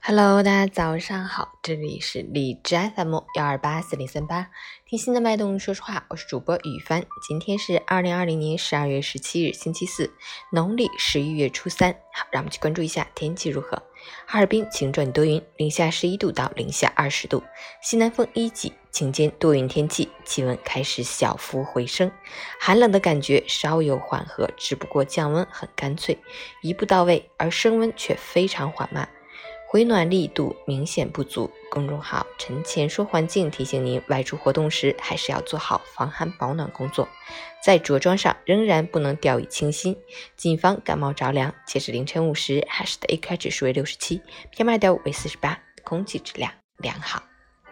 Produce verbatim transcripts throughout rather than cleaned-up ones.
Hello， 大家早上好，这里是荔枝 F M 一二八四零三八，听心的脉动，说实话，我是主播雨帆。今天是二零二零年十二月十七日，星期四，农历十一月初三。好，让我们去关注一下天气如何。哈尔滨晴转多云，零下十一度到零下二十度，西南风一级，晴间多云天气，气温开始小幅回升，寒冷的感觉稍有缓和，只不过降温很干脆，一步到位，而升温却非常缓慢。回暖力度明显不足，公众号陈前说环境提醒您外出活动时还是要做好防寒保暖工作，在着装上仍然不能掉以轻心，谨防感冒着凉。截至凌晨五时，海市的 A Q I 指数为六十七 P M 二点五 为四十八，空气质量良好。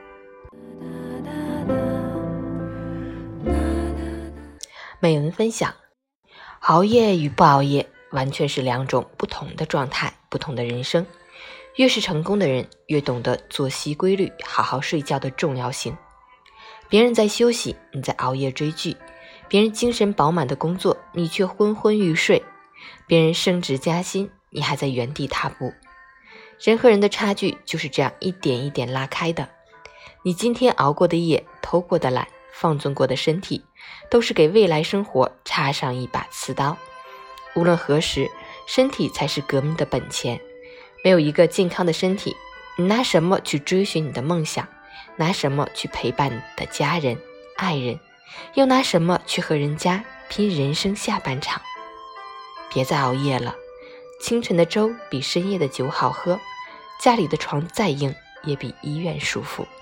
美文分享：熬夜与不熬夜完全是两种不同的状态，不同的人生。越是成功的人，越懂得作息规律，好好睡觉的重要性。别人在休息，你在熬夜追剧；别人精神饱满的工作，你却昏昏欲睡；别人升职加薪，你还在原地踏步。人和人的差距就是这样一点一点拉开的。你今天熬过的夜，偷过的懒，放纵过的身体，都是给未来生活插上一把刺刀。无论何时，身体才是革命的本钱。没有一个健康的身体，你拿什么去追寻你的梦想？拿什么去陪伴你的家人、爱人？又拿什么去和人家拼人生下半场？别再熬夜了，清晨的粥比深夜的酒好喝，家里的床再硬也比医院舒服。